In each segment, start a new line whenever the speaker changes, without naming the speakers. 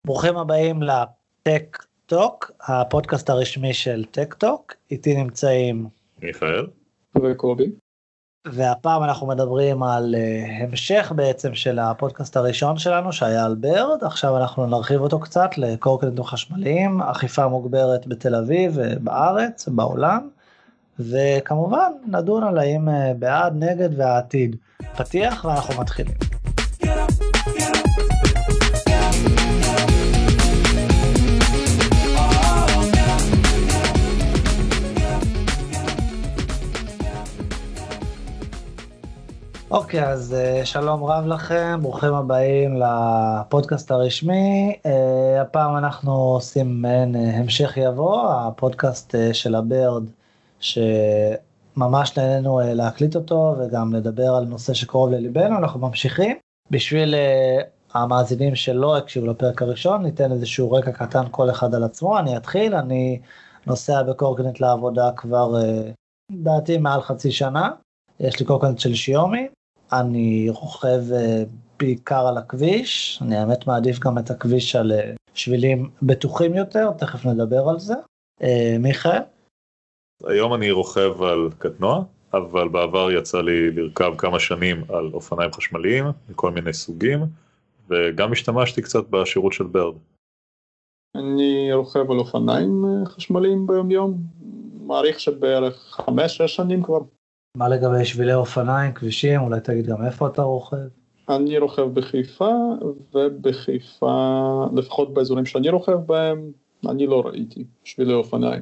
ברוכים הבאים לטק טוק, הפודקאסט הרשמי של טק טוק. איתי נמצאים
מיכאל
וקובי.
והפעם אנחנו מדברים על המשך בעצם של הפודקאסט הראשון שלנו שהיה על בירד. עכשיו אנחנו נרחיב אותו קצת לקורקינטים חשמליים, אכיפה מוגברת בתל אביב, בארץ, בעולם, וכמובן נדון על האם בעד, נגד והעתיד. פתיח ואנחנו מתחילים. אוקיי, אז שלום רב לכם, ברוכים הבאים לפודקאסט הרשמי. הפעם אנחנו עושים מעין המשך יבוא, הפודקאסט של הבירד, שממש נהנינו להקליט אותו וגם לדבר על נושא שקרוב לליבנו. אנחנו ממשיכים. בשביל המאזינים שלא הקשיבו לפרק הראשון, ניתן איזשהו רקע קטן כל אחד על עצמו. אני אתחיל, אני נוסע בקורקינט לעבודה כבר דעתי מעל חצי שנה. יש לי קורקינט של שיומי, אני רוכב בעיקר על הכביש, אני האמת מעדיף גם את הכביש על שבילים בטוחים יותר, תכף נדבר על זה. מיכאל?
היום אני רוכב על קטנוע, אבל בעבר יצא לי לרכב כמה שנים על אופניים חשמליים, מכל מיני סוגים, וגם השתמשתי קצת בשירות של בירד.
אני רוכב על אופניים חשמליים ביום יום, מעריך שבערך 5-6 שנים כבר.
מה לגבי שבילי אופניים, כבישים, אולי תגיד גם איפה אתה רוכב?
אני רוכב בחיפה, ובחיפה, לפחות באזורים שאני רוכב בהם, אני לא ראיתי שבילי אופניים.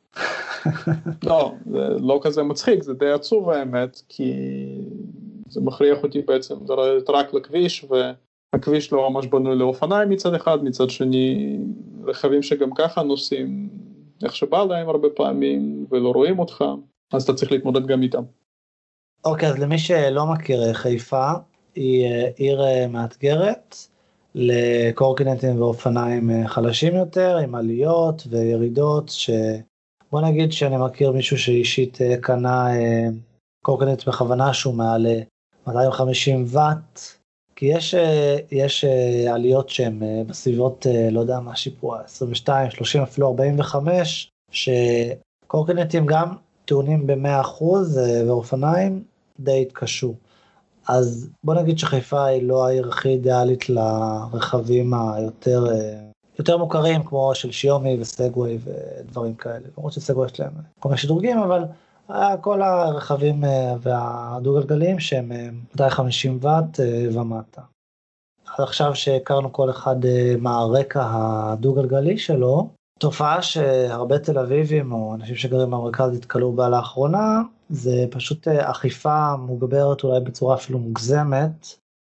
לא, זה לא כזה מצחיק, זה די עצוב האמת, כי זה מכריח אותי בעצם לרדת רק לכביש, והכביש לא ממש בנוי לאופניים מצד אחד, מצד שני, רכבים שגם ככה נוסעים איך שבא להם הרבה פעמים, ולא רואים אותך. אז אתה צריך להתמודד גם איתם.
אוקיי, אז למי שלא מכיר, חיפה היא עיר מאתגרת לקורקינטים ואופניים חלשים יותר, עם עליות וירידות, בוא נגיד שאני מכיר מישהו שאישית קנה קורקינט בכוונה שהוא מעל 250 וואט, כי יש עליות שהן בסביבות, לא יודע מה שיפוע, 22, 30, אפילו 45, שקורקינטים גם טעונים ב100% ואופניים די התקשו. אז בוא נגיד שחיפה היא לא העיר הכי אידיאלית לרכבים היותר מוכרים, כמו של שיומי וסגווי ודברים כאלה. למרות שסגווי יש להם כל מיני שדרוגים, אבל כל הרכבים והדו-גלגליים שהם 250 וואט ומטה. עכשיו שהכרנו כל אחד מהרקע הדו-גלגלי שלו, תופעה שהרבה תל אביבים או אנשים שגרים במרכז התקלו בה לאחרונה, זה פשוט אכיפה מוגברת אולי בצורה אפילו מוגזמת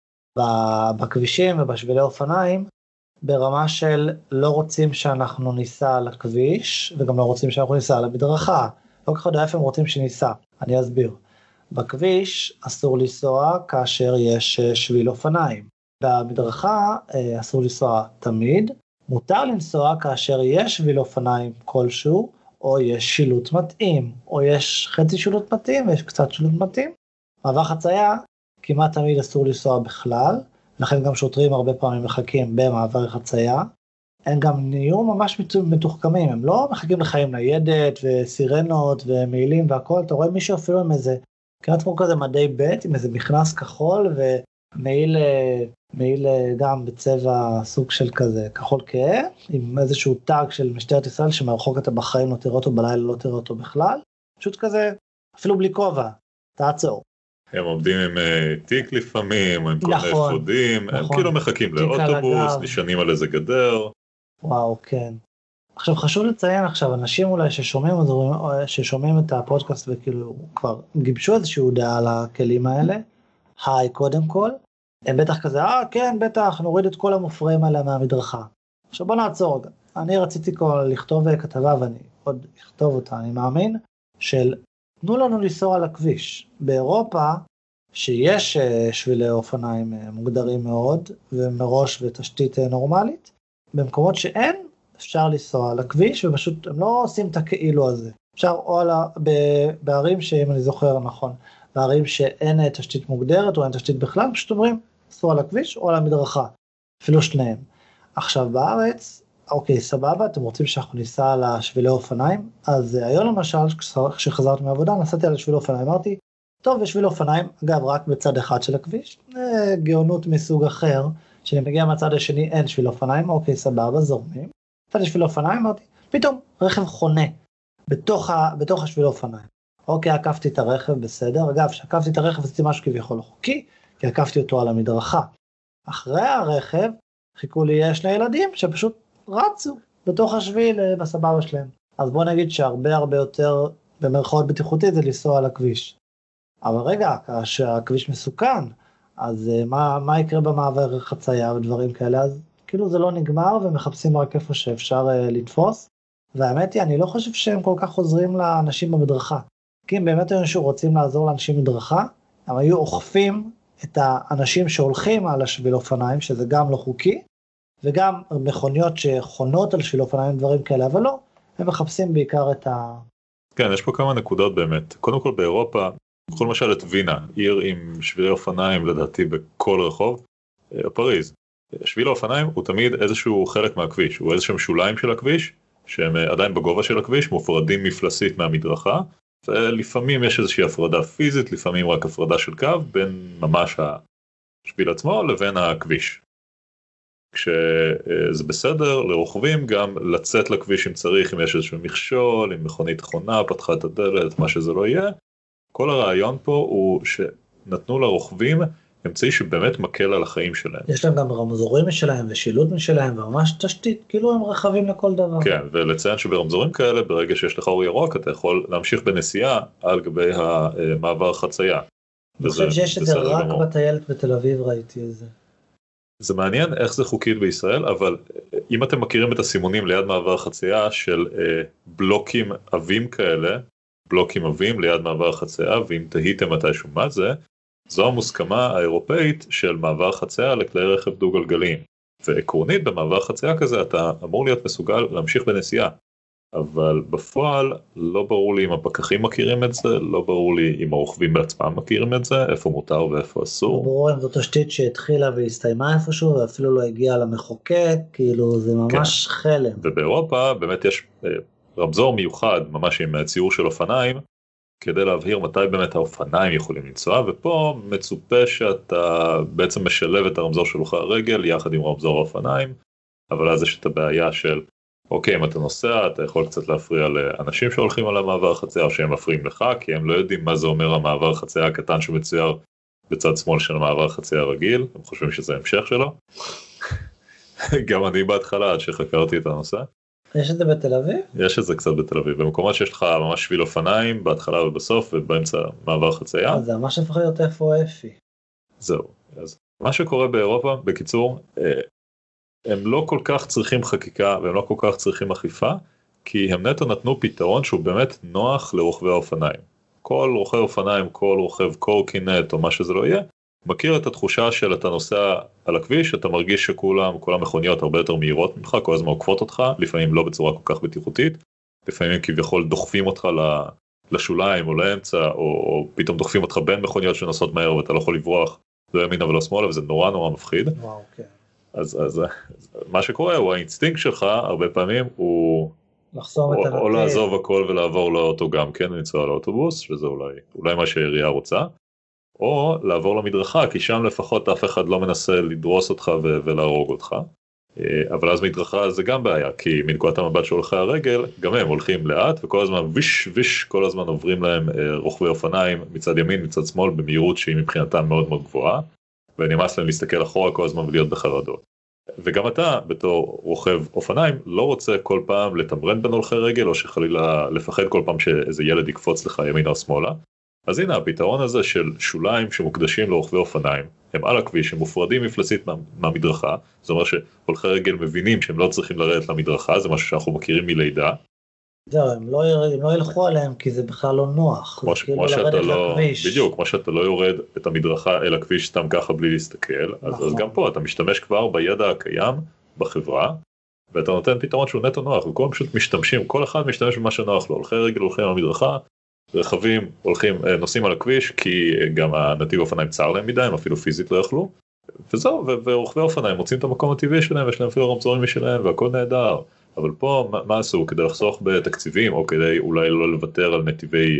בכבישים ובשבילי אופניים, ברמה של לא רוצים שאנחנו ניסע על הכביש, וגם לא רוצים שאנחנו ניסע על המדרכה. לא כך יודע איפה הם רוצים שניסע, אני אסביר. בכביש אסור לנסוע כאשר יש שביל אופניים. במדרכה אסור לנסוע תמיד, מותר לנסוע כאשר יש שביל אופניים כלשהו, או יש שילוט מתאים, או יש חצי שילוט מתאים ויש קצת שילוט מתאים. מעבר חצייה כמעט תמיד אסור לנסוע בכלל, לכן גם שוטרים הרבה פעמים מחכים במעבר חצייה. הם גם נהיו ממש מתוחכמים, הם לא מחכים לך עם ניידת וסירנות ומעילים והכל, אתה רואה מישהו אפילו עם איזה, כמעט כמו כזה מדי בית, עם איזה מכנס כחול מעיל גם בצבע סוג של כזה כחול כהה, עם איזשהו טאג של משטרת ישראל שמרחוק אתה בחיים לא תראה אותו, בלילה לא תראה אותו בכלל, פשוט כזה, אפילו בלי כובע, תעצור.
הם עובדים עם תיק לפעמים, עם כל מיני אפודים, הם כאילו מחכים לאוטובוס, נשענים על איזה גדר.
וואו, כן. עכשיו חשוב לציין עכשיו, אנשים אולי ששומעים את הפודקאסט וכאילו כבר גיבשו איזשהו דעה על הכלים האלה, היי קודם כל, הם בטח כזה, כן, בטח, נוריד את כל המופרעים האלה מהמדרכה. עכשיו בוא נעצור רגע. אני רציתי לכתוב כתבה, ואני עוד אכתוב אותה, אני מאמין, של תנו לנו לנסוע על הכביש. באירופה, שיש שבילי אופניים מוגדרים מאוד, ומראש ותשתית נורמלית, במקומות שאין, אפשר לנסוע על הכביש, ופשוט הם לא עושים את הכאילו הזה. אפשר או בערים שאם אני זוכר נכון, בערים שאין תשתית מוגדרת, או אין תשתית בכלל, פשוט אומרים, סעו על הכביש או על המדרכה, אפילו שניהם. עכשיו בארץ, אוקיי, סבבה, אתם רוצים שאנחנו ניסע על השבילי אופניים? אז היום למשל, כשחזרתי מהעבודה, נסעתי על השבילי אופניים, אמרתי, טוב, בשביל אופניים, אגב, רק בצד אחד של הכביש, גאונות מסוג אחר, שאני מגיע מהצד השני, אין שביל אופניים, אוקיי, סבבה, זורמים. נתתי שביל אופניים, אמרתי, פתאום רכב חונה בתוך השביל אופניים. אוקיי, עקפתי את הרכב, בסדר. אגב, שעקפתי את הרכב, עשיתי משהו כביכול לא חוקי, כי עקפתי אותו על המדרכה. אחרי הרכב, חיכו לי שני ילדים שפשוט רצו בתוך השביל בסבבה שלהם. אז בוא נגיד שהרבה הרבה יותר במרכאות בטיחותי זה לנסוע על הכביש. אבל רגע, כשהכביש מסוכן, אז מה יקרה במעבר חצייה ודברים כאלה? אז כאילו זה לא נגמר ומחפשים רק איפה שאפשר לתפוס. והאמת היא, אני לא חושב שהם כל כך עוזרים לאנשים במדרכה. כי אם באמת אנשים רוצים לעזור לאנשים במדרכה, הם היו אוכפים את האנשים שהולכים על השביל אופניים, שזה גם לא חוקי, וגם מכוניות שחונות על שביל אופניים ודברים כאלה, אבל לא, הם מחפשים בעיקר את
כן, יש פה כמה נקודות באמת. קודם כל באירופה, בכל למשל את וינה, עיר עם שבילי אופניים לדעתי בכל רחוב, פריז. שביל האופניים הוא תמיד איזשהו חלק מהכביש, הוא איזשהם שוליים של הכביש, שהם עדיין בגובה של הכביש, מופרדים מפלסית מהמדרכה, ולפעמים יש איזושהי הפרדה פיזית, לפעמים רק הפרדה של קו, בין ממש השביל עצמו לבין הכביש. כשזה בסדר לרוכבים גם לצאת לכביש אם צריך, אם יש איזשהו מכשול, אם מכונית חונה, פתחה את הדלת, מה שזה לא יהיה. כל הרעיון פה הוא שנתנו לרוכבים אמצעי שבאמת מקל על החיים שלהם.
יש להם גם רמזורים משלהם ושילוט משלהם, וממש תשתית, כאילו הם רחבים לכל דבר.
כן, ולציין שברמזורים כאלה, ברגע שיש לך אור ירוק, אתה יכול להמשיך בנסיעה על גבי המעבר חצייה.
אני חושב שיש את זה רק בטיילת בתל אביב, ראיתי את זה.
זה מעניין איך זה חוקית בישראל, אבל אם אתם מכירים את הסימונים ליד מעבר חצייה של בלוקים עבים כאלה, בלוקים עבים ליד מעבר חצייה, ואם תהיתם מתישהו מה זה, זו המוסכמה האירופאית של מעבר חצייה לכלי רכב דו גלגליים. ועקרונית במעבר חצייה כזה אתה אמור להיות מסוגל להמשיך בנסיעה. אבל בפועל לא ברור לי אם הפקחים מכירים את זה, לא ברור לי אם הרוכבים בעצמם מכירים את זה, איפה מותר ואיפה אסור.
ברור אם זו תשתית שהתחילה והסתיימה איפשהו, ואפילו לא הגיעה למחוקק, כאילו זה ממש חלם.
ובאירופה באמת יש רמזור מיוחד, ממש עם ציור של אופניים, כדי להבהיר מתי באמת האופניים יכולים לנסוע, ופה מצופה שאתה בעצם משלב את הרמזור של הולכי הרגל יחד עם רמזור האופניים, אבל אז יש את הבעיה של אוקיי, אם אתה נוסע, אתה יכול קצת להפריע לאנשים שהולכים על המעבר החצייה, או שהם מפריעים לך, כי הם לא יודעים מה זה אומר המעבר החצייה הקטן שמצויר בצד שמאל של המעבר החצייה הרגיל, הם חושבים שזה המשך שלו. גם אני בהתחלה, עד שחקרתי את הנושא.
יש את זה בתל אביב?
יש את זה קצת בתל אביב, במקומות שיש לך ממש שביל אופניים, בהתחלה ובסוף, ובאמצע מעבר חצייה.
זה ממש הפך להיות איפה אפי.
זהו, אז מה שקורה באירופה, בקיצור, הם לא כל כך צריכים חקיקה והם לא כל כך צריכים אכיפה, כי הם נטו נתנו פתרון שהוא באמת נוח לרוכבי האופניים. כל רוכב אופניים, כל רוכב קורקינט או מה שזה לא יהיה, מכיר את התחושה של אתה נוסע על הכביש, אתה מרגיש כל המכוניות הרבה יותר מהירות ממך, כל הזמן עוקפות אותך, לפעמים לא בצורה כל כך בטיחותית, לפעמים כביכול דוחפים אותך לשוליים או לאמצע, או פתאום דוחפים אותך בין מכוניות שנוסעות מהר ואתה לא יכול לברוח, לא ימינה ולא שמאלה, וזה נורא נורא מפחיד.
וואו, כן.
אז מה שקורה הוא האינסטינקט שלך הרבה פעמים הוא או לעזוב הכל ולעבור לאוטו גם כן ולנסוע לאוטובוס, שזה אולי מה שהעירייה רוצה, או לעבור למדרכה, כי שם לפחות אף אחד לא מנסה לדרוס אותך ולהרוג אותך. אבל אז מדרכה זה גם בעיה, כי מנקודת המבט של הולכי הרגל גם הם הולכים לאט וכל הזמן ויש כל הזמן עוברים להם רוכבי אופניים מצד ימין מצד שמאל במהירות שהיא מבחינתם מאוד מאוד גבוהה, ונמאס להם להסתכל אחורה כל הזמן ולהיות בחרדות. וגם אתה בתור רוכב אופניים לא רוצה כל פעם לתמרן בין הולכי רגל או שחלילה לפחד כל פעם שאיזה ילד יקפוץ לך ימינה או שמאלה. אז הנה הפתרון הזה של שוליים שמוקדשים לרוכבי אופניים, הם על הכביש, הם מופרדים מפלסית מהמדרכה, זאת אומרת שהולכי רגל מבינים שהם לא צריכים לרדת למדרכה, זה משהו שאנחנו מכירים מלידה.
זהו, הם לא ילכו עליהם כי זה בכלל לא נוח,
כמו שאתה לא, בדיוק, כמו שאתה לא יורד את המדרכה אל הכביש סתם ככה בלי להסתכל, אז גם פה אתה משתמש כבר בידע הקיים בחברה, ואתה נותן פתרון שהוא נטו נוח, וכולם פשוט משתמשים, כל אחד משתמש במה שנוח לו, הולכי רגל הולכים על המדרכה, רכבים נוסעים על הכביש, כי גם הנתיב אופניים צר להם מדי, הם אפילו פיזית לא יכלו, וזהו, ורוכבי אופניים מוצאים את המקום הטבעי שלהם, יש להם אפילו רמזורים משלהם והכל נהדר. אבל פה מה עשו? כדי לחסוך בתקציבים, או כדי אולי לא לוותר על נתיבי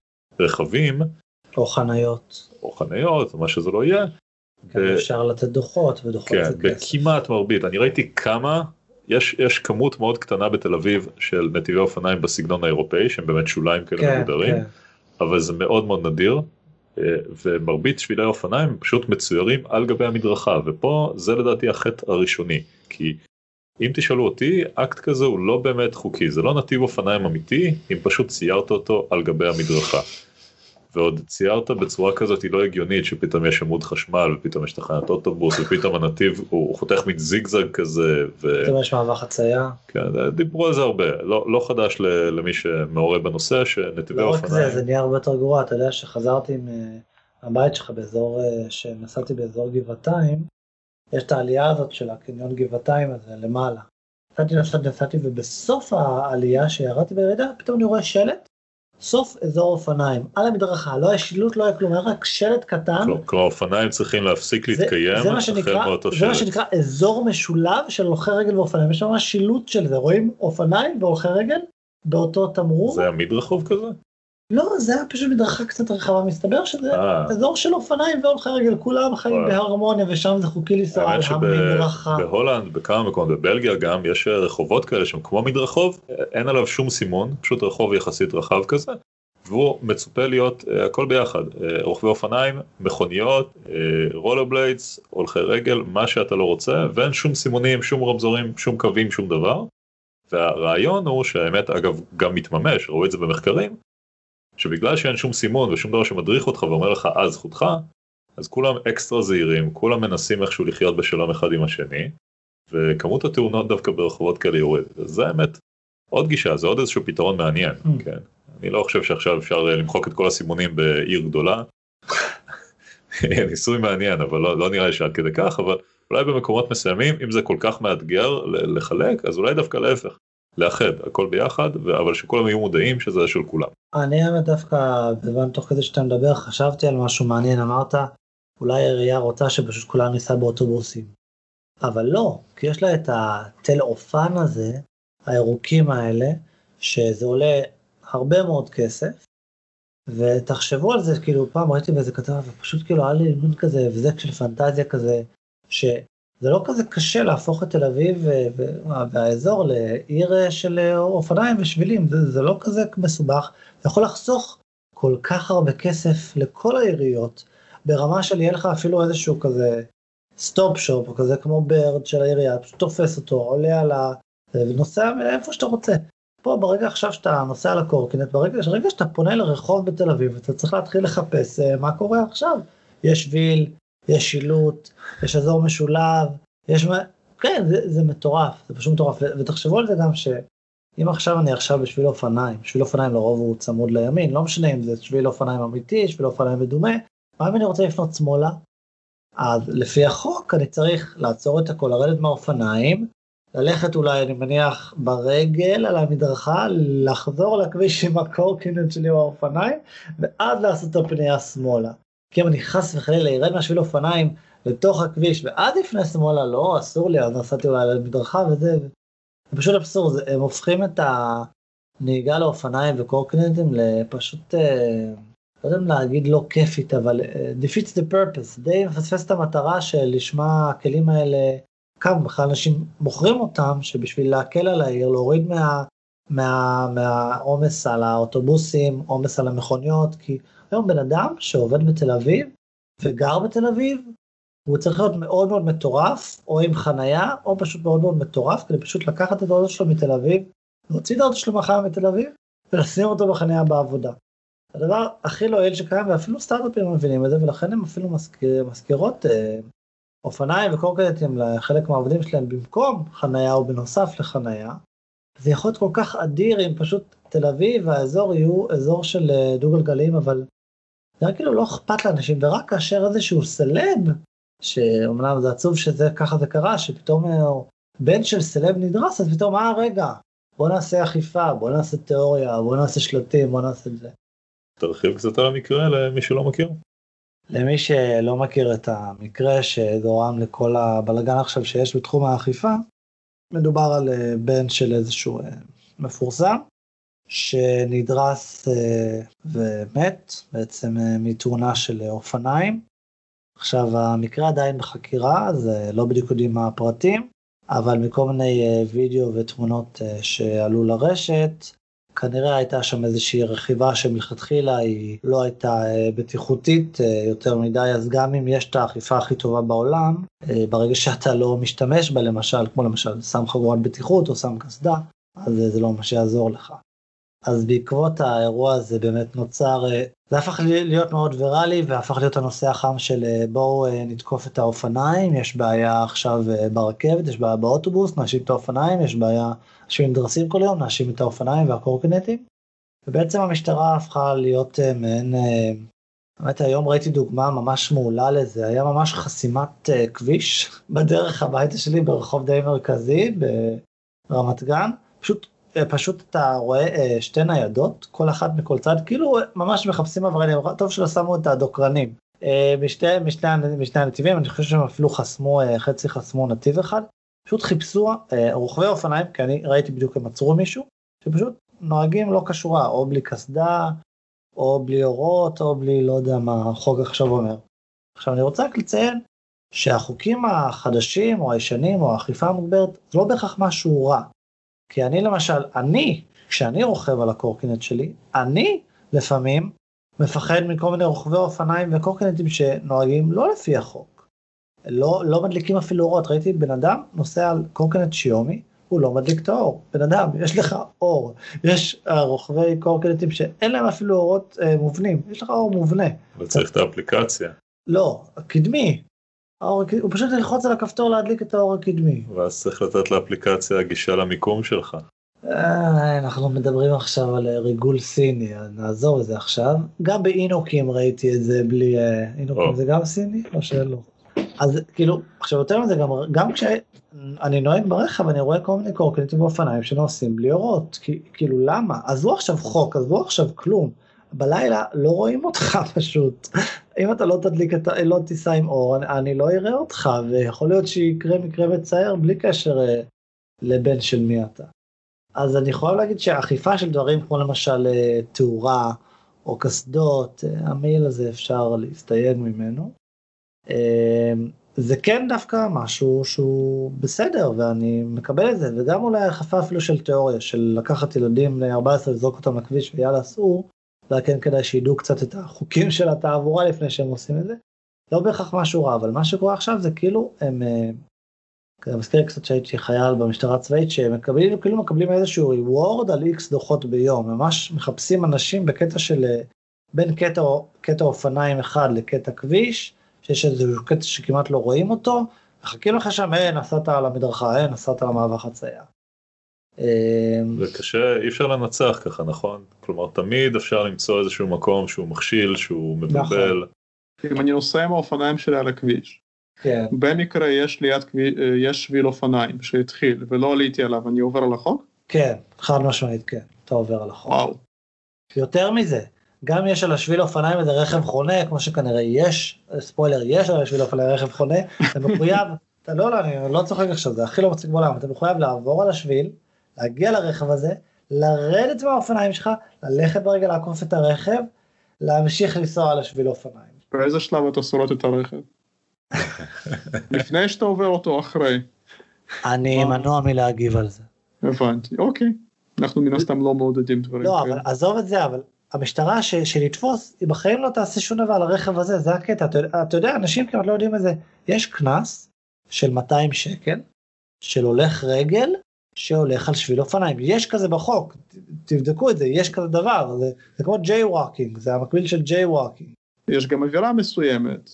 רכבים.
או חניות.
או חניות, או מה שזה לא יהיה.
אפשר לתת דוחות, ודוחות
כן,
זה כסף.
בכמעט מרבית. אני ראיתי כמה, יש כמות מאוד קטנה בתל אביב של נתיבי אופניים בסגנון האירופאי, שהם באמת שוליים כאלה מגודרים, אבל זה מאוד מאוד נדיר, ומרבית שבילי האופניים פשוט מצוירים על גבי המדרכה, ופה זה לדעתי החטא הראשוני, כי אם תשאלו אותי, אקט כזה הוא לא באמת חוקי, זה לא נתיב אופניים אמיתי, אם פשוט ציירת אותו על גבי המדרכה. ועוד ציירת בצורה כזאת היא לא הגיונית, שפתאום יש עמוד חשמל, ופתאום יש תחנת אוטובוס, ופתאום הנתיב הוא חותך מין זיגזג כזה.
פתאום יש מעבר חצייה.
כן, דיברו על זה הרבה, לא חדש למי שמעורה בנושא, שנתיבי אופניים.
לא רק זה נהיה הרבה יותר גרוע, אתה יודע שחזרתי מהבית שלך באזור, שנסעתי באזור גבעתיים, יש את העלייה הזאת של הקניון גבעתיים הזה למעלה. נסעתי ובסוף העלייה שירדתי בירידה, פתאום אני רואה שלט, סוף אזור אופניים, על המדרכה, לא היה שילוט, לא היה כלום, היה רק שלט קטן.
כלומר, אופניים צריכים להפסיק להתקיים,
זה מה שנקרא אזור משולב של הולכי רגל ואופניים, יש ממש שילוט של זה, רואים אופניים והולכי רגל באותו תמרור.
זה היה מדרחוב כזה?
לא, זה היה פשוט מדרכה קצת רחבה, מסתבר שזה אזור של אופניים והולכי רגל, כולם חיים בהרמוניה, ושם זה חוקי לנסוע על המדרכה.
בהולנד, בכמה מקומות, בבלגיה גם, יש רחובות כאלה שהם כמו מדרחוב, אין עליו שום סימון, פשוט רחוב יחסית רחב כזה, והוא מצופה להיות הכל ביחד, רוכבי אופניים, מכוניות, רולרבליידס, הולכי רגל, מה שאתה לא רוצה, ואין שום סימונים, שום רמזורים, שום קווים, שום דבר. והרעיון הוא שהאמת, אגב, גם מתממש, ראו את זה במחקרים, שבגלל שאין שום סימון ושום דבר שמדריך אותך ואומר לך זכותך, אז כולם אקסטרה זהירים, כולם מנסים איכשהו לחיות בשלום אחד עם השני, וכמות התאונות דווקא ברחובות כאלה יורד. אז זה האמת עוד גישה, זה עוד איזשהו פתרון מעניין, כן. אני לא חושב שעכשיו אפשר למחוק את כל הסימונים בעיר גדולה, ניסוי מעניין, אבל לא נראה לי שעד כדי כך, אבל אולי במקומות מסוימים, אם זה כל כך מאתגר לחלק, אז אולי דווקא להפך. לאחד, הכל ביחד, אבל שכולם יהיו מודעים שזה של כולם.
אני האמת דווקא, תוך כדי שאתה מדבר, חשבתי על משהו מעניין, אמרת, אולי העירייה רוצה שפשוט כולם ניסע באוטובוסים. אבל לא, כי יש לה את התל אופן הזה, הירוקים האלה, שזה עולה הרבה מאוד כסף, ותחשבו על זה, כאילו פעם ראיתי באיזה כתבה, ופשוט כאילו היה לי מין כזה, הבזק של פנטזיה כזה, זה לא כזה קשה להפוך את תל אביב והאזור לעיר של אופניים ושבילים, זה לא כזה מסובך, זה יכול לחסוך כל כך הרבה כסף לכל העיריות, ברמה של יהיה לך אפילו איזשהו כזה סטופ שופ, או כזה כמו ברד של העירייה, פשוט תופס אותו, עולה על ונוסע איפה שאתה רוצה. פה ברגע עכשיו שאתה נוסע על הקורקינט, ברגע שאתה פונה לרחוב בתל אביב, אתה צריך להתחיל לחפש מה קורה עכשיו, יש שביל, יש שילוט, יש אזור משולב, כן, זה מטורף, זה פשוט מטורף, ותחשבו על זה גם שאם עכשיו אני בשביל אופניים, שביל אופניים לרוב הוא צמוד לימין, לא משנה אם זה שביל אופניים אמיתי, שביל אופניים מדומה, מה אם אני רוצה לפנות שמאלה? אז לפי החוק אני צריך לעצור את הכל, לרדת מהאופניים, ללכת אולי אני מניח ברגל על המדרכה, לחזור לכביש עם הקורקינט שלי או האופניים, ועד לעשות את הפנייה שמאלה. כי אם אני חס וחלילה ירד מהשביל אופניים לתוך הכביש, ועד לפני שמאלה לא, אסור לי, אז נסעתי אולי למדרכה וזה, זה פשוט אבסורד, הם הופכים את הנהיגה לאופניים וקורקינטים לפשוט, לא יודע להגיד לא כיפית, אבל defeats the purpose, די מפספס את המטרה שלשמה הכלים האלה, כמה בכלל אנשים מוכרים אותם, שבשביל להקל על העיר, להוריד מהעומס על האוטובוסים, עומס על המכוניות, כי היום בן אדם שעובד בתל אביב, וגר בתל אביב, הוא צריך להיות מאוד מאוד מטורף, או עם חנייה, או פשוט מאוד מאוד מטורף, כדי פשוט לקחת את האוטו שלו מתל אביב, להוציא את האוטו שלו מחר מתל אביב, ולשים אותו בחנייה בעבודה. הדבר הכי לא יעיל שקיים, ואפילו סטארט-אפים מבינים את זה, ולכן הם אפילו מזכירות אופניים וקורקינטים לחלק מהעובדים שלהם, במקום חנייה או בנוסף לחנייה. זה יכול להיות כל כך אדיר אם פשוט תל אביב והאזור יהיו אזור של דו-גלגלים, אבל זה כאילו לא אכפת לאנשים, ורק כאשר איזשהו סלב, שאומנם זה עצוב ככה זה קרה, שפתאום בן של סלב נדרס, אז פתאום, רגע, בוא נעשה אכיפה, בוא נעשה תיאוריה, בוא נעשה שלטים, בוא נעשה את זה.
תרחיב קצת על המקרה למי שלא מכיר.
למי שלא מכיר את המקרה שגורם לכל הבלגן עכשיו שיש בתחום האכיפה, מדובר על בן של איזשהו מפורסם, שנדרס ומת בעצם מתאונה של אופניים. עכשיו המקרה עדיין בחקירה, אז לא בדיוק יודעים מה הפרטים, אבל מכל מיני וידאו ותמונות שעלו לרשת, כנראה הייתה שם איזושהי רכיבה שמלכתחילה היא לא הייתה בטיחותית יותר מדי, אז גם אם יש את האכיפה הכי טובה בעולם, ברגע שאתה לא משתמש בה, למשל, כמו למשל שם חגורת בטיחות או שם קסדה, אז זה לא מה שיעזור לך. אז בעקבות האירוע הזה באמת נוצר, זה הפך להיות מאוד ויראלי, והפך להיות הנושא החם של בואו נתקוף את האופניים, יש בעיה עכשיו ברכבת, יש בעיה באוטובוס, נאשים את האופניים, יש בעיה שמדרסים כל יום, נאשים את האופניים והקורקינטים, ובעצם המשטרה הפכה להיות מעין, באמת היום ראיתי דוגמה ממש מעולה לזה, היה ממש חסימת כביש בדרך הביתה שלי ברחוב די מרכזי ברמת גן, פשוט אתה רואה שתי ניידות, כל אחת מכל צד, כאילו ממש מחפשים עבריינים, טוב שלא שמו את הדוקרנים, משני הנתיבים, אני חושב שהם אפילו חצי חסמו נתיב אחד, פשוט חיפשו רוכבי אופניים, כי אני ראיתי בדיוק הם עצרו מישהו, שפשוט נוהגים לא קשורה, או בלי קסדה, או בלי אורות, או בלי לא יודע מה החוק עכשיו אומר. עכשיו אני רוצה רק לציין, שהחוקים החדשים, או הישנים, או האכיפה המוגברת, זה לא בהכרח משהו רע. כי אני למשל, כשאני רוכב על הקורקינט שלי, אני לפעמים מפחד מכל מיני רוכבי אופניים וקורקינטים שנוהגים לא לפי החוק. לא מדליקים אפילו אורות, ראיתי בן אדם נוסע על קורקינט שיומי, הוא לא מדליק את האור. בן אדם, יש לך אור, יש רוכבי קורקינטים שאין להם אפילו אורות מובנים, יש לך אור מובנה.
וצריך את האפליקציה.
לא, הקדמי. הוא פשוט ללחוץ על הכפתור להדליק את האור הקדמי.
ואז צריך לתת לאפליקציה גישה למיקום שלך.
אנחנו מדברים עכשיו על ריגול סיני, נעזור לזה עכשיו. גם באינוקים ראיתי את זה בלי... אינוקים זה גם סיני או שלא? אז כאילו, עכשיו יותר מזה, גם כשאני נוהג ברכב, אני רואה כל מיני קורקינטים ואופניים שנוסעים בלי אורות. כאילו למה? עזבו עכשיו חוק, עזבו עכשיו כלום. בלילה לא רואים אותך פשוט. אם אתה לא תדליק, לא תיסע עם אור, אני לא אראה אותך, ויכול להיות שיקרה מקרה מצער בלי קשר לבן של מי אתה. אז אני יכול להגיד שהאכיפה של דברים כמו למשל תאורה או קסדות, המייל הזה אפשר להסתייג ממנו. זה כן דווקא משהו שהוא בסדר, ואני מקבל את זה, וגם אולי אכיפה אפילו של תיאוריה, של לקחת ילדים בני 14 לזרוק אותם לכביש ויאללה אסור, וכן כדאי שידעו קצת את החוקים של התעבורה לפני שהם עושים את זה. לא בהכרח משהו רע, אבל מה שקורה עכשיו זה כאילו, הם מזכיר קצת שהייתי חייל במשטרה הצבאית, שהם כאילו מקבלים איזשהו reward על X דוחות ביום, ממש מחפשים אנשים בקטע של, בין קטע אופניים אחד לקטע כביש, שיש איזשהו קטע שכמעט לא רואים אותו, וחכים לך שם, נסעת על המדרכה, נסעת על המעבר חצייה.
זה קשה, אי אפשר לנצח ככה, נכון? כלומר, תמיד אפשר למצוא איזשהו מקום שהוא מכשיל, שהוא מבלבל.
אם אני נוסע עם האופניים שלי על הכביש,
כן.
במקרה יש שביל אופניים שהתחיל, ולא עליתי עליו, אני עובר על החוק?
כן, חד משמעית, כן, אתה עובר על החוק.
וואו.
יותר מזה, גם יש על השביל אופניים איזה רכב חונה, כמו שכנראה יש, ספוילר, יש על השביל אופניים רכב חונה, אתה מחויב, אני לא צוחק עכשיו, זה הכי לא מצחיק בעולם, אתה מחויב לעבור על השביל, להגיע לרכב הזה, לרדת מהאופניים שלך, ללכת ברגע לעקוף את הרכב, להמשיך לנסוע על השביל אופניים.
באיזה שלב אתה סורט את הרכב? לפני שאתה עובר אותו אחרי.
אני מנוע מלהגיב על זה.
הבנתי, אוקיי. אנחנו מן הסתם לא מעודדים דברים.
לא, אבל עזוב את זה, אבל המשטרה שלתפוס, היא בחיים לא תעשה שום דבר על הרכב הזה, זה הקטע. אתה יודע, אנשים כמעט לא יודעים את זה. יש קנס של 200 שקל, של הולך רגל, שהולך על שביל אופניים. יש כזה בחוק, תבדקו את זה, יש כזה דבר. זה כמו ג'יי-ווקינג, זה המקביל של ג'יי-ווקינג.
יש גם עבירה מסוימת,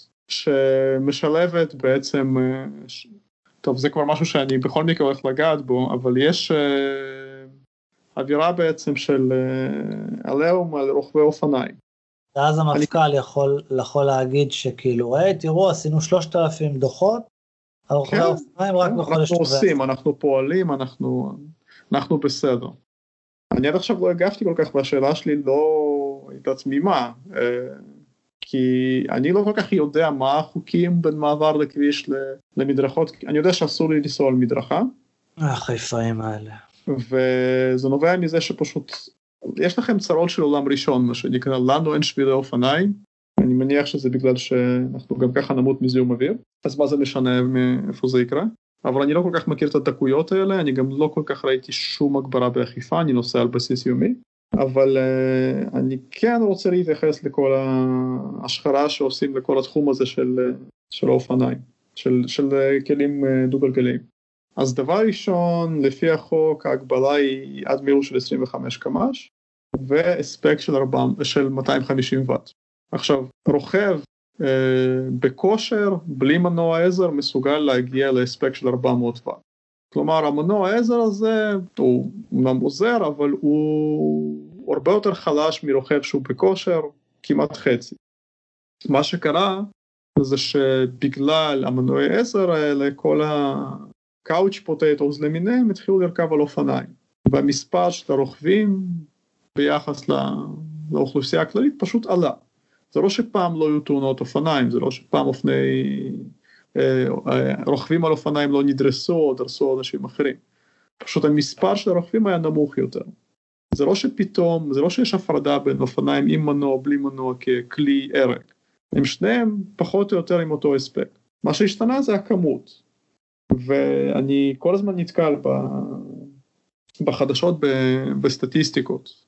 שמשלבת בעצם, טוב זה כבר משהו שאני בכל מקרה הולך לגעת בו, אבל יש עבירה בעצם של עליהום על רוכבי אופניים.
ואז המפכ"ל יכול להגיד שכאילו, תראו, עשינו 3,000 דוחות, על רוכבי אופניים רק בחודש
אנחנו עושים, אנחנו פועלים, אנחנו בסדר. אני עד עכשיו לא הגבתי כל כך, והשאלה שלי לא הייתה תמימה, כי אני לא כל כך יודע מה החוקים בין מעבר לכביש למדרכות, אני יודע שאסור לי לנסוע על מדרכה.
החיפאים האלה.
וזה נובע מזה שפשוט, יש לכם צרות של עולם ראשון, מה שנקרא, לנו אין שבילי אופניים, אני מניח שזה בגלל שאנחנו גם ככה נמות מזיהום אוויר, אז מה זה משנה מאיפה זה יקרה? אבל אני לא כל כך מכיר את הדקויות האלה, אני גם לא כל כך ראיתי שום הגברה באכיפה, אני נוסע על בסיס יומי, אבל אני כן רוצה להתייחס לכל ההשחרה שעושים לכל התחום הזה של האופניים, של כלים דו-גלגליים. אז דבר ראשון, לפי החוק, ההגבלה היא עד מהירות של 25 קמ"ש, והספק של 250 ואט. עכשיו, רוכב בכושר, בלי מנוע עזר, מסוגל להגיע להספק של 400 ואט. כלומר, המנוע העזר הזה, הוא אומנם עוזר, אבל הוא הרבה יותר חלש מרוכב שהוא בכושר, כמעט חצי. מה שקרה, זה שבגלל המנועי עזר האלה, כל קאוץ' פוטטוס למיניהם התחילו לרכב על אופניים, והמספר של הרוכבים ביחס לאוכלוסייה הכללית פשוט עלה. זה לא שפעם לא היו תאונות אופניים, זה לא שפעם רוכבים על אופניים לא נדרסו או דרסו אנשים אחרים. פשוט המספר של הרוכבים היה נמוך יותר. זה לא שפתאום, זה לא שיש הפרדה בין אופניים עם מנוע, בלי מנוע ככלי ערג. הם שניהם פחות או יותר עם אותו הספק. מה שהשתנה זה הכמות. ואני כל הזמן נתקל בחדשות בסטטיסטיקות,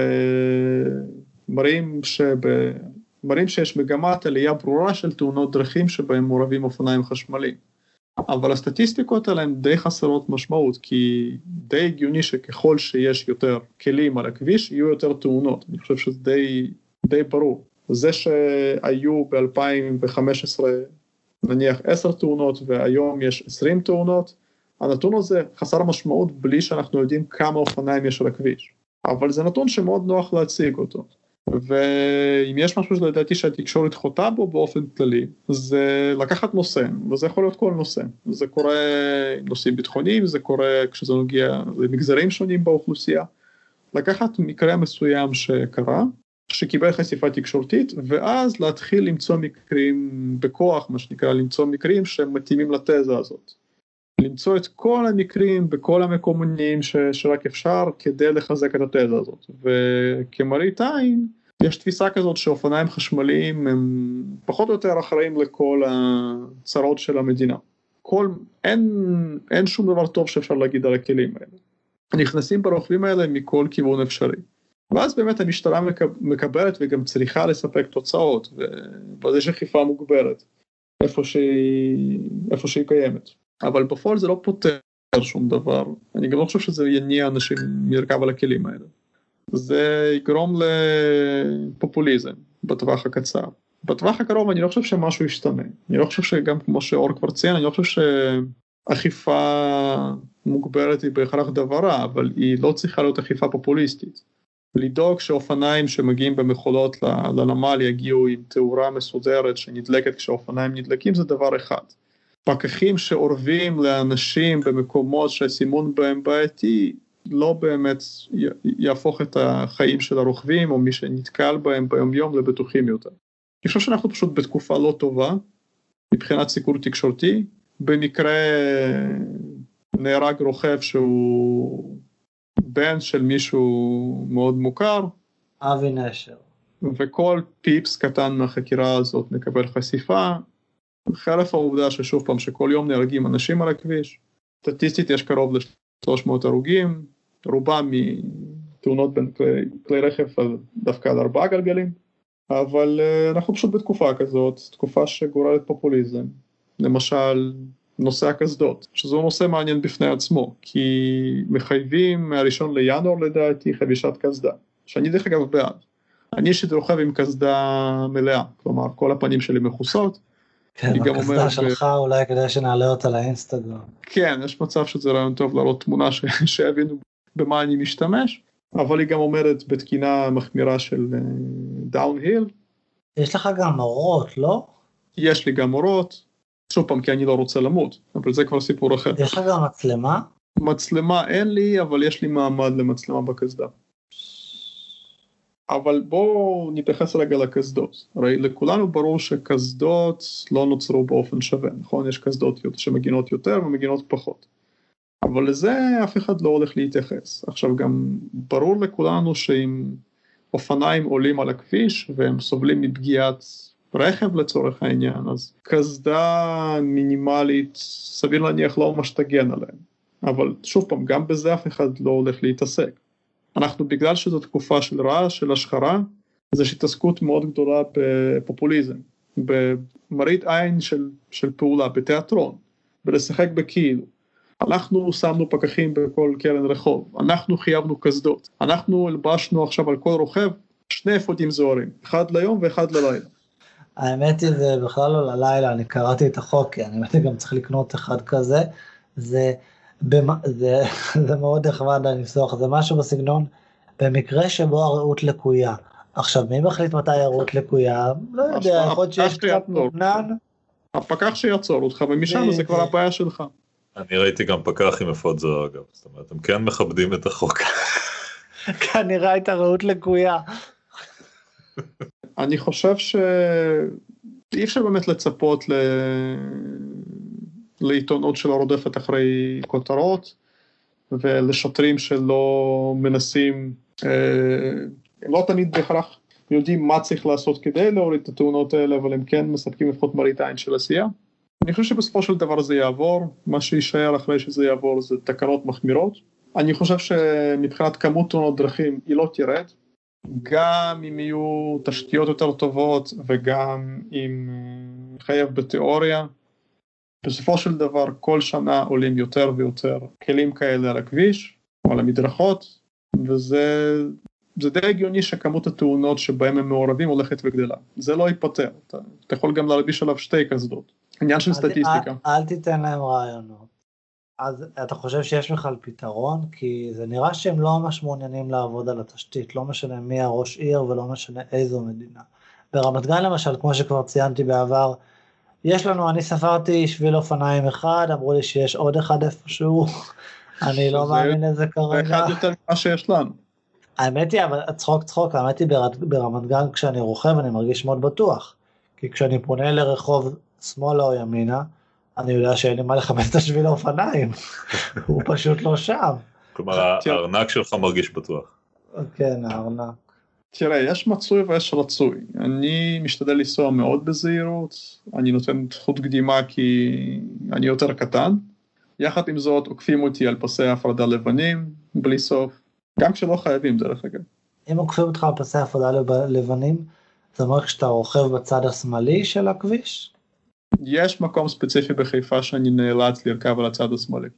ומראים שיש מגמת עלייה ברורה של תאונות דרכים שבהם מעורבים אופניים חשמליים. אבל הסטטיסטיקות האלה הן די חסרות משמעות, כי די הגיוני שככל שיש יותר כלים על הכביש, יהיו יותר תאונות. אני חושב שזה די ברור. זה שהיו ב-2015 נניח 10 תאונות והיום יש 20 תאונות, הנתון הזה חסר משמעות בלי שאנחנו יודעים כמה אופניים יש על הכביש. אבל זה נתון שמאוד נוח להציג אותו. ואם יש משהו שלדעתי שהתקשורת חוטאה בו באופן כללי, זה לקחת נושא, וזה יכול להיות כל נושא. זה קורה עם נושאים ביטחוניים, זה קורה כשזה נוגע למגזרים שונים באוכלוסייה. לקחת מקרה מסוים שקרה, שקיבל חשיפה תקשורתית, ואז להתחיל למצוא מקרים בכוח, מה שנקרא, למצוא מקרים שמתאימים לתזה הזאת. למצוא את כל המקרים בכל המקומונים שרק אפשר כדי לחזק את התזה הזאת. וכמראית עין, יש תפיסה כזאת שאופניים חשמליים הם פחות או יותר אחראים לכל הצרות של המדינה. אין שום דבר טוב שאפשר להגיד על הכלים האלה. נכנסים ברוכבים האלה מכל כיוון אפשרי. ואז באמת המשטרה מקבלת וגם צריכה לספק תוצאות, ואז יש אכיפה מוגברת איפה שהיא קיימת. אבל בפועל זה לא פותר שום דבר, אני גם לא חושב שזה יניע אנשים מרכב על הכלים האלה. זה יגרום לפופוליזם בטווח הקצר. בטווח הקרוב אני לא חושב שמשהו ישתנה. אני לא חושב שגם כמו שאור כבר ציין, אני לא חושב שאכיפה מוגברת היא בהכרח דבר רע, אבל היא לא צריכה להיות אכיפה פופוליסטית. לדאוג שאופניים שמגיעים במכולות לנמל יגיעו עם תאורה מסודרת שנדלקת כשאופניים נדלקים זה דבר אחד. פקחים שעורבים לאנשים במקומות שהסימון בהם בעייתי לא באמת יהפוך את החיים של הרוכבים או מי שנתקל בהם ביום יום לבטוחים יותר. אני חושב שאנחנו פשוט בתקופה לא טובה מבחינת סיקור תקשורתי. במקרה נהרג רוכב שהוא בן של מישהו מאוד מוכר,
אבי נשר,
וכל פיפס קטן מהחקירה הזאת מקבל חשיפה, חרף העובדה ששוב פעם שכל יום נהרגים אנשים על הכביש, סטטיסטית יש קרוב ל-300 הרוגים, רובם מתאונות בין כלי רכב דווקא על 4 גלגלים, אבל אנחנו פשוט בתקופה כזאת, תקופה שגורלת פופוליזם, למשל נושא הקסדות, שזו נושא מעניין בפני עצמו, כי מחייבים מהראשון לינואר לדעתי חבישת קסדה, שאני דרך אגב בעד. אני אישית רוכב עם קסדה מלאה, כלומר כל הפנים שלי מכוסות.
כן, הקסדה שלך אולי כדי שנעלה אותה לאינסטגרם.
כן, יש מצב שזה רעיון טוב להראות תמונה שיבינו במה אני משתמש, אבל היא גם אומרת בתקינה מחמירה של דאון-היל.
יש לך גם אורות, לא?
יש לי גם אורות. שוב פעם, כי אני לא רוצה למות, אבל זה כבר סיפור אחר.
יש לך גם מצלמה?
מצלמה אין לי, אבל יש לי מעמד למצלמה בקסדה. אבל בואו נתייחס רגע לקסדות. הרי לכולנו ברור שקסדות לא נוצרו באופן שווה, נכון? יש קסדות שמגינות יותר ומגינות פחות. אבל לזה אף אחד לא הולך להתייחס. עכשיו גם ברור לכולנו שאם אופניים עולים על הכביש והם סובלים מפגיעת רכב לצורך העניין, אז קסדה מינימלית סביר להניח לא ממש תגן עליהם. אבל שוב פעם, גם בזה אף אחד לא הולך להתעסק. אנחנו בגלל שזו תקופה של רעש, של השחרה, אז יש התעסקות מאוד גדולה בפופוליזם, במראית עין של פעולה, בתיאטרון, ולשחק בכאילו. אנחנו שמנו פקחים בכל קרן רחוב, אנחנו חייבנו קסדות, אנחנו הלבשנו עכשיו על כל רוכב 2 אפודים זוהרים, אחד ליום ואחד ללילה.
האמת היא זה בכלל לא ללילה, אני קראתי את החוק, כי אני באמת גם צריך לקנות אחד כזה, זה מאוד נחמד הניסוח, זה משהו בסגנון, במקרה שבו הראות לקויה. עכשיו, מי מחליט מתי הראות לקויה? לא יודע, יכול להיות שיש קצת מובנן.
הפקח שיעצור אותך, ומשם זה כבר הבעיה שלך.
אני ראיתי גם פקח עם אפוד זוהר, אגב, זאת אומרת, הם כן מכבדים את החוק.
כנראה הייתה ראות לקויה.
אני חושב שאי אפשר באמת לצפות לעיתונות שלא רודפת אחרי כותרות, ולשוטרים שלא מנסים, הם לא תמיד בהכרח יודעים מה צריך לעשות כדי להוריד את התאונות האלה, אבל הם כן מספקים לפחות מראית עין של עשייה. אני חושב שבסופו של דבר זה יעבור, מה שישאר אחרי שזה יעבור זה תקנות מחמירות. אני חושב שמבחינת כמות תאונות דרכים היא לא תירד, גם אם יהיו תשתיות יותר טובות וגם אם חייב בתיאוריה, בסופו של דבר כל שנה עולים יותר ויותר כלים כאלה על הכביש או על המדרכות, וזה די הגיוני שכמות התאונות שבהם הם מעורבים הולכת וגדלה. זה לא ייפטר, אתה יכול גם להלביש עליו 2 קסדות. עניין של סטטיסטיקה.
אל תיתן להם רעיונות. אז אתה חושב שיש בכלל פתרון? כי זה נראה שהם לא ממש מעוניינים לעבוד על התשתית, לא משנה מי הראש עיר ולא משנה איזו מדינה. ברמת גן למשל, כמו שכבר ציינתי בעבר, יש לנו, אני ספרתי שביל אופניים אחד, אמרו לי שיש עוד אחד איפשהו, אני לא מאמין לזה כרגע.
זה אחד יותר ממה שיש לנו.
האמת היא, אבל צחוק, האמת היא ברמת גן כשאני רוכב אני מרגיש מאוד בטוח, כי כשאני פונה לרחוב שמאלה או ימינה, אני יודע שאין לי מה לחפש את השביל האופניים, הוא פשוט לא שם.
כלומר, הארנק שלך מרגיש בטוח.
כן, הארנק.
תראה, יש מצוי ויש רצוי. אני משתדל לנסוע מאוד בזהירות, אני נותן זכות קדימה כי אני יותר קטן. יחד עם זאת, עוקפים אותי על פסי הפרדה לבנים, בלי סוף. גם כשלא חייבים, דרך אגב.
אם עוקפים אותך על פסי הפרדה לבנים, זה אומר כשאתה רוכב בצד השמאלי של הכביש?
יש מקום ספציפי בחיפה שאני נאלץ לרכב על הצד השמאלי.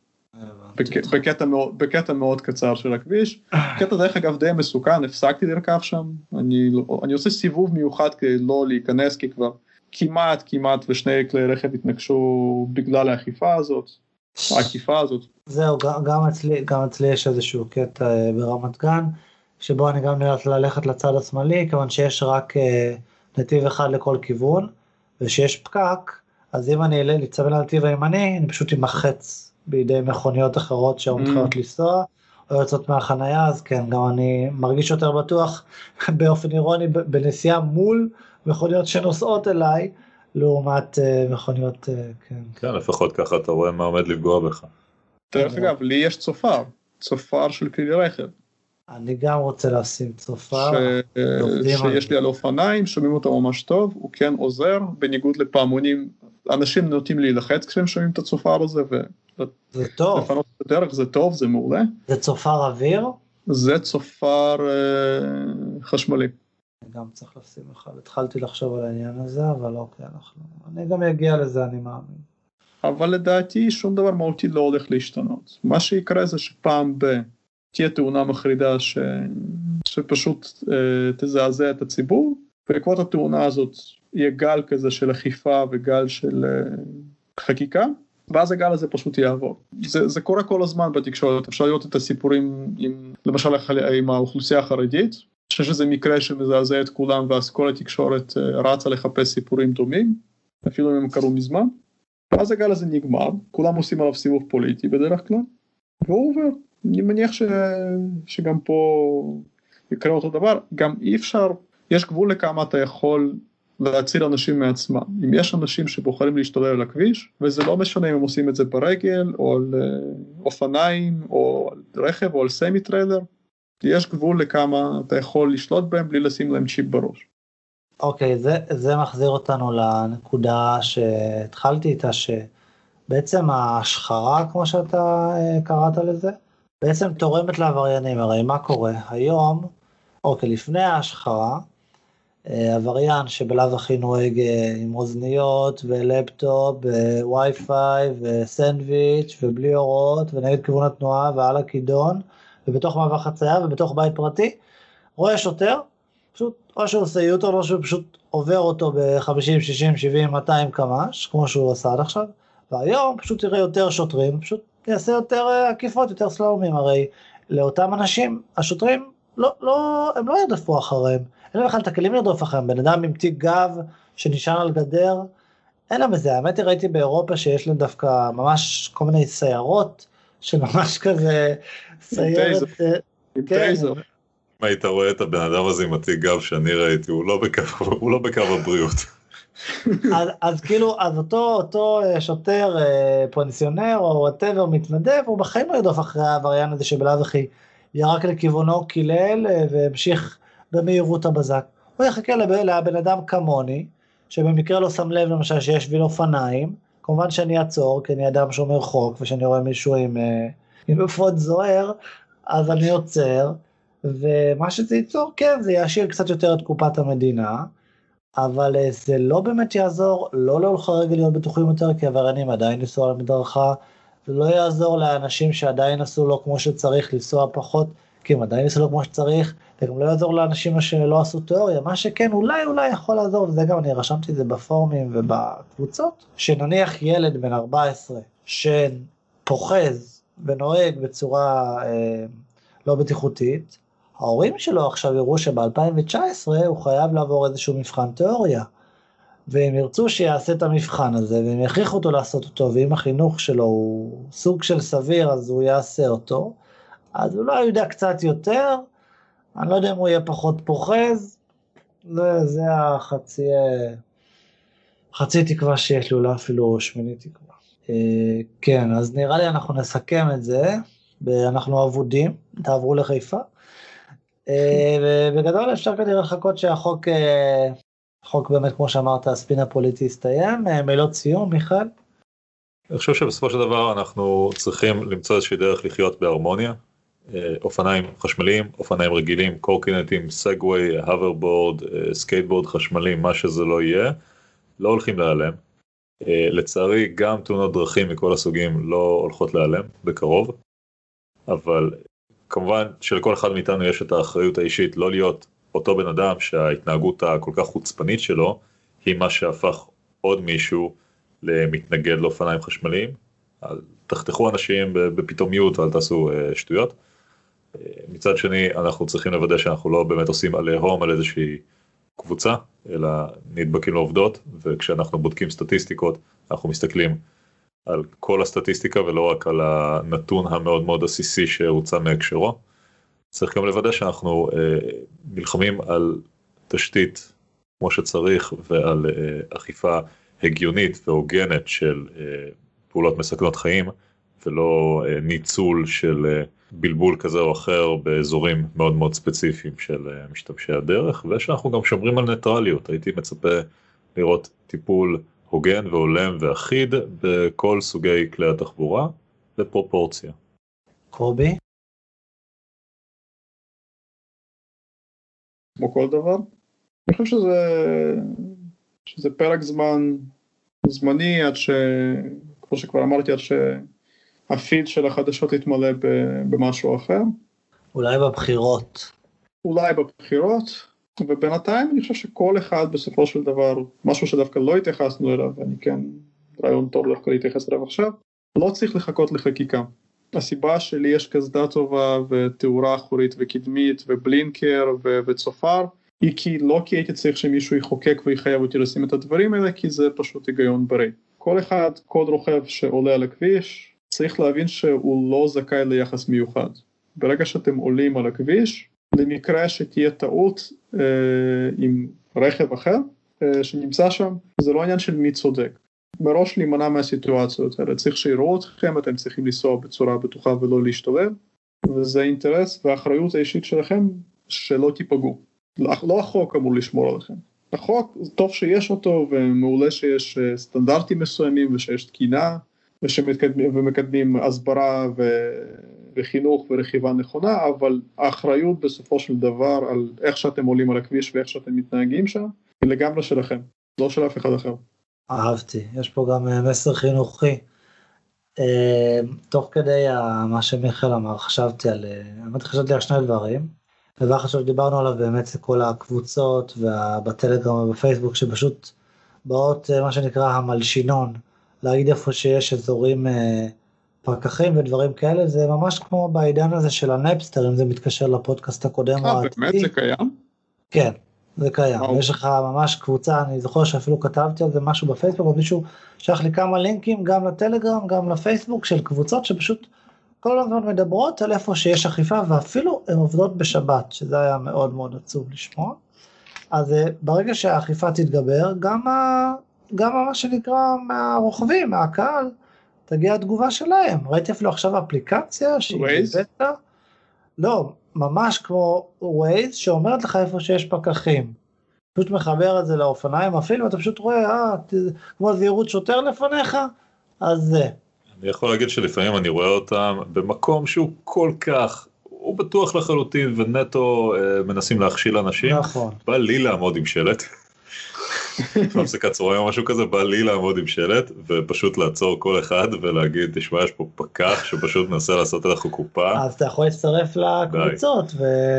בקטע מאוד קצר של הכביש. קטע דרך אגב די מסוכן, הפסקתי לרכב שם. אני עושה סיבוב מיוחד כדי לא להיכנס, כי כבר כמעט ושני כלי רכב התנגשו בגלל העקיפה הזאת.
זהו, גם אצלי יש איזשהו קטע ברמת גן, שבו אני גם נאלץ ללכת לצד השמאלי, כיוון שיש רק נתיב אחד לכל כיוון, ושיש פקק, אז אם אני אצבל לנתיב הימני, אני פשוט אמחץ בידי מכוניות אחרות שמתחילות לנסוע, או יוצאות מהחנייה, אז כן, גם אני מרגיש יותר בטוח באופן אירוני בנסיעה מול מכוניות שנוסעות אליי, לעומת מכוניות, כן.
כן, לפחות ככה אתה רואה מה עומד לפגוע בך.
דרך אגב, לי יש צופר של כלי רכב.
אני גם רוצה לשים צופר.
שיש לי על אופניים, שומעים אותו ממש טוב, הוא כן עוזר, בניגוד לפעמונים, אנשים נוטים להילחץ כשהם שומעים את הצופר הזה,
זה טוב.
לפנות את הדרך, זה טוב, זה מעולה.
זה צופר אוויר?
זה צופר חשמלי.
אני גם צריך לשים אחד, התחלתי לחשוב על העניין הזה, אבל אוקיי, אני גם אגיע לזה, אני מאמין.
אבל לדעתי שום דבר מהותי לא הולך להשתנות. מה שיקרה זה שפעם תהיה תאונה מחרידה שפשוט תזעזע את הציבור, בעקבות התאונה הזאת יהיה גל כזה של אכיפה וגל של חקיקה, ואז הגל הזה פשוט יעבור. זה קורה כל הזמן בתקשורת, אפשר לראות את הסיפורים למשל עם האוכלוסייה החרדית, שזה מקרה שמזעזע את כולם, ואז כל התקשורת רצה לחפש סיפורים דומים, אפילו אם הם קרו מזמן, ואז הגל הזה נגמר, כולם עושים עליו סיבוב פוליטי בדרך כלל, והוא עובר. אני מניח שגם פה יקרה אותו דבר, גם אי אפשר, יש גבול לכמה אתה יכול להציל אנשים מעצמם. אם יש אנשים שבוחרים להשתולל על הכביש, וזה לא משנה אם הם עושים את זה ברגל, או על אופניים, או על רכב, או על סמי טריילר, יש גבול לכמה אתה יכול לשלוט בהם בלי לשים להם צ'יפ בראש.
אוקיי, זה מחזיר אותנו לנקודה שהתחלתי איתה, שבעצם ההשחרה, כמו שאתה קראת לזה, בעצם תורמת לעבריינים. הרי מה קורה? היום, אוקיי, לפני ההשחרה, עבריין שבלב הכי נוהג עם אוזניות ולפטופ ווי-פיי וסנדוויץ' ובלי אורות ונגד כיוון התנועה ועל הכידון ובתוך מעבר חצייה ובתוך בית פרטי, רואה שוטר, פשוט או שהוא עושה יוטון או שהוא פשוט עובר אותו ב-50, 60, 70, 200 קמ"ש, כמו שהוא עשה עד עכשיו, והיום פשוט יראה יותר שוטרים, פשוט יעשה יותר עקיפות, יותר סלאומים. הרי לאותם אנשים, השוטרים הם לא ירדפו אחריהם, אין להם בכלל את הכלים לרדוף אחריהם. בן אדם עם תיק גב שנשען על גדר, אין להם איזה. האמת היא, ראיתי באירופה שיש להם דווקא ממש כל מיני סיירות, שממש כזה סיירת, כן.
אם היית רואה את הבן אדם הזה עם התיק גב שאני ראיתי, הוא לא בקו הבריאות.
אז כאילו, אז אותו שוטר, פנסיונר או whatever מתנדב, הוא בחיים לא ירדוף אחרי העבריין הזה שבלב הכי ירק לכיוונו, קילל והמשיך במהירות הבזק. הוא יחכה לבן אדם כמוני, שבמקרה לא שם לב למשל שיש שביל אופניים, כמובן שאני אעצור, כי אני אדם שומר חוק, ושאני רואה מישהו עם אפוד זוהר, אז אני עוצר, ומה שזה ייצור, כן, זה יעשיר קצת יותר את קופת המדינה, אבל זה לא באמת יעזור, לא להולכי רגל להיות בטוחים יותר, כי עבריינים עדיין לנסוע על המדרכה, ולא יעזור לאנשים שעדיין עשו לו כמו שצריך לנסוע פחות, כי הם עדיין עשו לו כמו שצריך, וגם לא יעזור לאנשים שלא עשו תיאוריה. מה שכן, אולי יכול לעזור, וזה גם אני רשמתי את זה בפורומים ובקבוצות, שנניח ילד בן 14 שפוחז ונוהג בצורה לא בטיחותית, ההורים שלו עכשיו יראו שב-2019 הוא חייב לעבור איזשהו מבחן תיאוריה, והם ירצו שיעשה את המבחן הזה, והם יכריחו אותו לעשות אותו, ואם החינוך שלו הוא סוג של סביר, אז הוא יעשה אותו, אז הוא לא יודע קצת יותר, אני לא יודע אם הוא יהיה פחות פוחז, זה חצי תקווה שיש לי, אולי אפילו שמיני תקווה. כן, אז נראה לי אנחנו נסכם את זה, אנחנו אבודים, תעברו לחיפה, ובגדול אפשר כנראה לחכות שהחוק, חוק באמת כמו שאמרת, הספין הפוליטי יסתיים. מילות סיום, מיכל?
אני חושב שבסופו של דבר אנחנו צריכים למצוא איזושהי דרך לחיות בהרמוניה, אופניים חשמליים, אופניים רגילים, קורקינטים, סגווי, הוברבורד, סקייטבורד חשמליים, מה שזה לא יהיה, לא הולכים להיעלם. לצערי גם תאונות דרכים מכל הסוגים לא הולכות להיעלם בקרוב, אבל כמובן שלכל אחד מאיתנו יש את האחריות האישית לא להיות אותו בן אדם שההתנהגות הכל כך חוצפנית שלו היא מה שהפך עוד מישהו למתנגד לאופניים חשמליים. תחתכו אנשים בפתאומיות ואל תעשו שטויות. מצד שני אנחנו צריכים לוודא שאנחנו לא באמת עושים עליהום על איזושהי קבוצה, אלא נדבקים לעובדות, וכשאנחנו בודקים סטטיסטיקות אנחנו מסתכלים על כל הסטטיסטיקה ולא רק על הנתון המאוד מאוד עסיסי שהוצא מהקשרו. צריך גם לוודא שאנחנו מלחמים על תשתית כמו שצריך ועל אכיפה הגיונית והוגנת של פעולות מסכנות חיים, ולא ניצול של בלבול כזה או אחר באזורים מאוד מאוד ספציפיים של משתמשי הדרך, ושאנחנו גם שומרים על ניטרליות. הייתי מצפה לראות טיפול הוגן והולם ואחיד בכל סוגי כלי התחבורה בפרופורציה.
קובי?
כמו כל דבר. אני חושב שזה פרק זמני עד כמו שכבר אמרתי, עד שהפיד של החדשות יתמלא במשהו אחר.
אולי בבחירות.
ובינתיים אני חושב שכל אחד בסופו של דבר, משהו שדווקא לא התייחסנו אליו, ואני כן, רעיון טוב דווקא להתייחס אליו עכשיו, לא צריך לחכות לחקיקה. הסיבה שלי יש קסדה טובה ותאורה אחורית וקדמית ובלינקר וצופר, היא לא כי הייתי צריך שמישהו יחוקק ויחייב אותי לשים את הדברים האלה, כי זה פשוט היגיון בריא. כל רוכב שעולה על הכביש, צריך להבין שהוא לא זכאי ליחס מיוחד. ברגע שאתם עולים על הכביש, למקרה שתהיה טעות עם רכב אחר שנמצא שם, זה לא עניין של מי צודק. מראש להימנע מהסיטואציות האלה, צריך שיראו אתכם, אתם צריכים לנסוע בצורה בטוחה ולא להשתובב, וזה אינטרס והאחריות האישית שלכם שלא תיפגעו. לא החוק אמור לשמור עליכם. החוק, טוב שיש אותו, ומעולה שיש סטנדרטים מסוימים, ושיש תקינה, ומקדמים הסברה וחינוך ורכיבה נכונה, אבל האחריות בסופו של דבר על איך שאתם עולים על הכביש ואיך שאתם מתנהגים שם, היא לגמרי שלכם, לא של אף אחד אחר.
אהבתי, יש פה גם מסר חינוכי. תוך כדי מה שמיכאל אמר, חשבתי על שני דברים, דבר חשוב דיברנו עליו באמת זה כל הקבוצות בטלגרם ובפייסבוק שפשוט באות מה שנקרא המלשינון, להגיד איפה שיש אזורים פקחים ודברים כאלה, זה ממש כמו בעידן הזה של הנפסטר, אם זה מתקשר לפודקאסט הקודם.
באמת זה קיים?
כן, זה קיים, יש לך ממש קבוצה, אני זוכר שאפילו כתבתי על זה משהו בפייסבוק, ומישהו שלח לי כמה לינקים גם לטלגרם, גם לפייסבוק של קבוצות שפשוט כל הזמן מדברות על איפה שיש אכיפה, ואפילו הן עובדות בשבת, שזה היה מאוד מאוד עצוב לשמוע. אז ברגע שהאכיפה תתגבר, גם מה שנקרא מהרוכבים, מהקהל, תגיע התגובה שלהם. ראיתי אפילו עכשיו אפליקציה שהיא בטא, לא, ממש כמו ווייז, שאומרת לך איפה שיש פקחים. פשוט מחבר את זה לאופניים אפילו, ואתה פשוט רואה, כמו זהירות שוטר לפניך, אז זה.
אני יכול להגיד שלפעמים אני רואה אותם במקום שהוא כל כך, הוא בטוח לחלוטין ונטו מנסים להכשיל אנשים.
נכון.
בא לי לעמוד עם שלט, הפסקת צהריים או משהו כזה, בא לי לעמוד עם שלט ופשוט לעצור כל אחד ולהגיד, תשמע, יש פה פקח שפשוט מנסה לעשות לך קופה.
אז אתה יכול להצטרף לקבוצות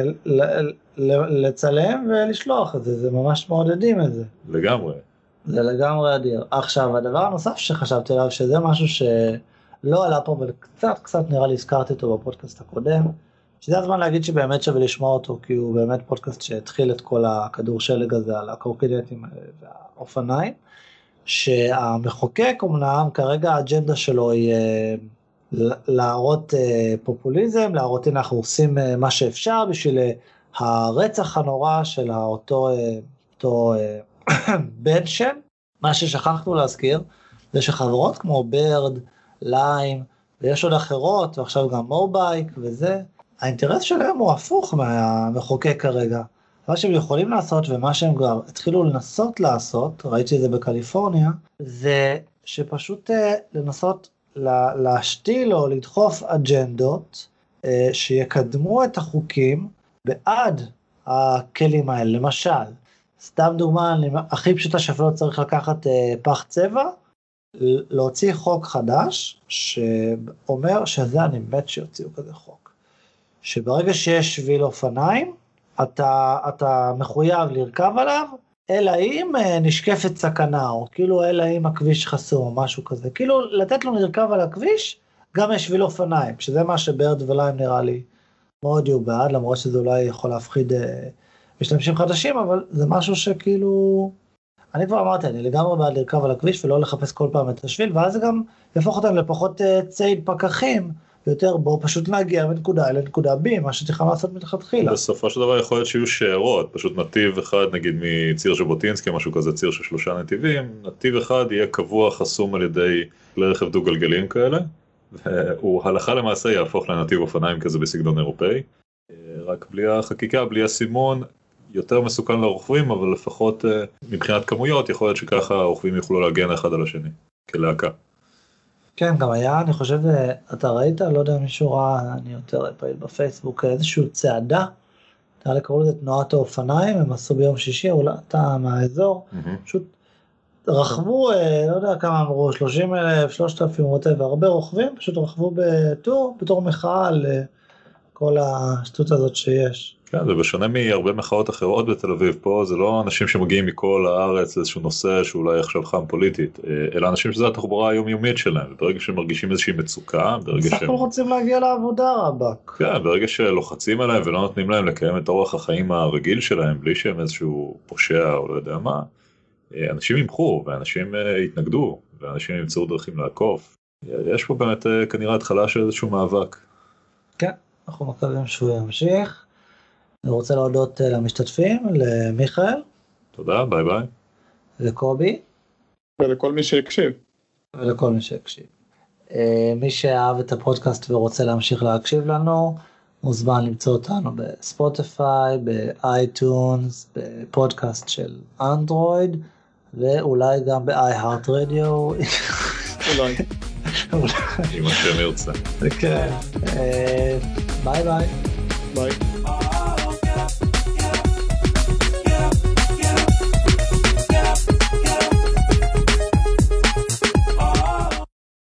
ולצלם ולשלוח את זה, זה ממש מעודדים את זה.
לגמרי.
זה לגמרי אדיר. עכשיו, הדבר הנוסף שחשבתי עליו, שזה משהו שלא עלה פה, אבל קצת נראה לי הזכרתי אותו בפודקאסט הקודם, שזה הזמן להגיד שבאמת שווה לשמוע אותו, כי הוא באמת פודקאסט שהתחיל את כל הכדור שלג הזה על הקורקינטים והאופניים, שהמחוקק אמנם כרגע האג'נדה שלו היא להראות פופוליזם, להראות הנה אנחנו עושים מה שאפשר בשביל הרצח הנורא של אותו בן שם. מה ששכחנו להזכיר זה שחברות כמו ברד, ליים ויש עוד אחרות ועכשיו גם מובייק וזה, האינטרס שלהם הוא הפוך מהמחוקק כרגע. מה שהם יכולים לעשות ומה שהם כבר התחילו לנסות לעשות, ראיתי את זה בקליפורניה, זה שפשוט לנסות להשתיל או לדחוף אג'נדות שיקדמו את החוקים בעד הכלים האלה. למשל, סתם דוגמה הכי פשוטה שאפילו צריך לקחת פח צבע, להוציא חוק חדש שאומר שזה אני מת שיוציאו כזה חוק. שברגע שיש שביל אופניים, אתה מחויב לרכב עליו, אלא אם נשקפת סכנה, או כאילו אלא אם הכביש חסום או משהו כזה. כאילו לתת לו לרכב על הכביש, גם יש שביל אופניים, שזה מה שברד וליים נראה לי מאוד יהיו בעד, למרות שזה אולי יכול להפחיד משתמשים חדשים, אבל זה משהו שכאילו, אני כבר אמרתי, אני לגמרי בעד לרכב על הכביש ולא לחפש כל פעם את השביל, ואז זה גם יהפוך אותם לפחות ציד פקחים, יותר בו פשוט להגיע מנקודה אל נקודה B, מה שתכננו לעשות מתחילה.
בסופו של דבר יכול להיות שיהיו שארות, פשוט נתיב אחד נגיד מציר ז'בוטינסקי, משהו כזה, ציר של 3 נתיבים, נתיב אחד יהיה קבוע חסום על ידי כלי רכב דו גלגלים כאלה, והוא הלכה למעשה יהפוך לנתיב אופניים כזה בסגנון אירופאי, רק בלי החקיקה, בלי הסימון, יותר מסוכן לרוכבים, אבל לפחות מבחינת כמויות יכול להיות שככה הרוכבים יוכלו להגן אחד על השני, כלהקה.
כן, גם היה, אני חושב, אתה ראית, לא יודע מישהו ראה, אני יותר פעיל בפייסבוק, איזשהו צעדה, אתה לקרוא לזה תנועת האופניים, הם עשו ביום שישי, אולי אתה מהאזור, פשוט רכבו, לא יודע כמה אמרו, 30,000, 3,000, הרבה רוכבים, פשוט רכבו בתור מחאה על כל השטות הזאת שיש.
כן, זה בשונה מהרבה מחאות אחרות בתל אביב פה, זה לא אנשים שמגיעים מכל הארץ לאיזשהו נושא שאולי עכשיו חם פוליטית, אלא אנשים שזה התחבורה היומיומית שלהם, וברגע שהם מרגישים איזושהי מצוקה, ברגע
שהם רוצים להגיע לעבודה רבק.
כן, ברגע שלוחצים עליהם ולא נותנים להם לקיים את אורח החיים הרגיל שלהם, בלי שהם איזשהו פושע או לא יודע מה, אנשים ימחו ואנשים יתנגדו, ואנשים ימצאו דרכים לעקוף. יש פה באמת כנראה התחלה של איזשהו מאבק.
כן, אנחנו מקווים שהוא ימשיך. אני רוצה להודות למשתתפים, למיכאל.
תודה, ביי ביי.
לקובי.
ולכל מי שהקשיב.
ולכל מי שהקשיב. מי שאהב את הפודקאסט ורוצה להמשיך להקשיב לנו, מוזמן למצוא אותנו בספוטיפיי, באייטונס, בפודקאסט של אנדרואיד, ואולי גם ב-iHeart Radio.
אולי.
אם השם ירצה.
כן. ביי ביי.
ביי.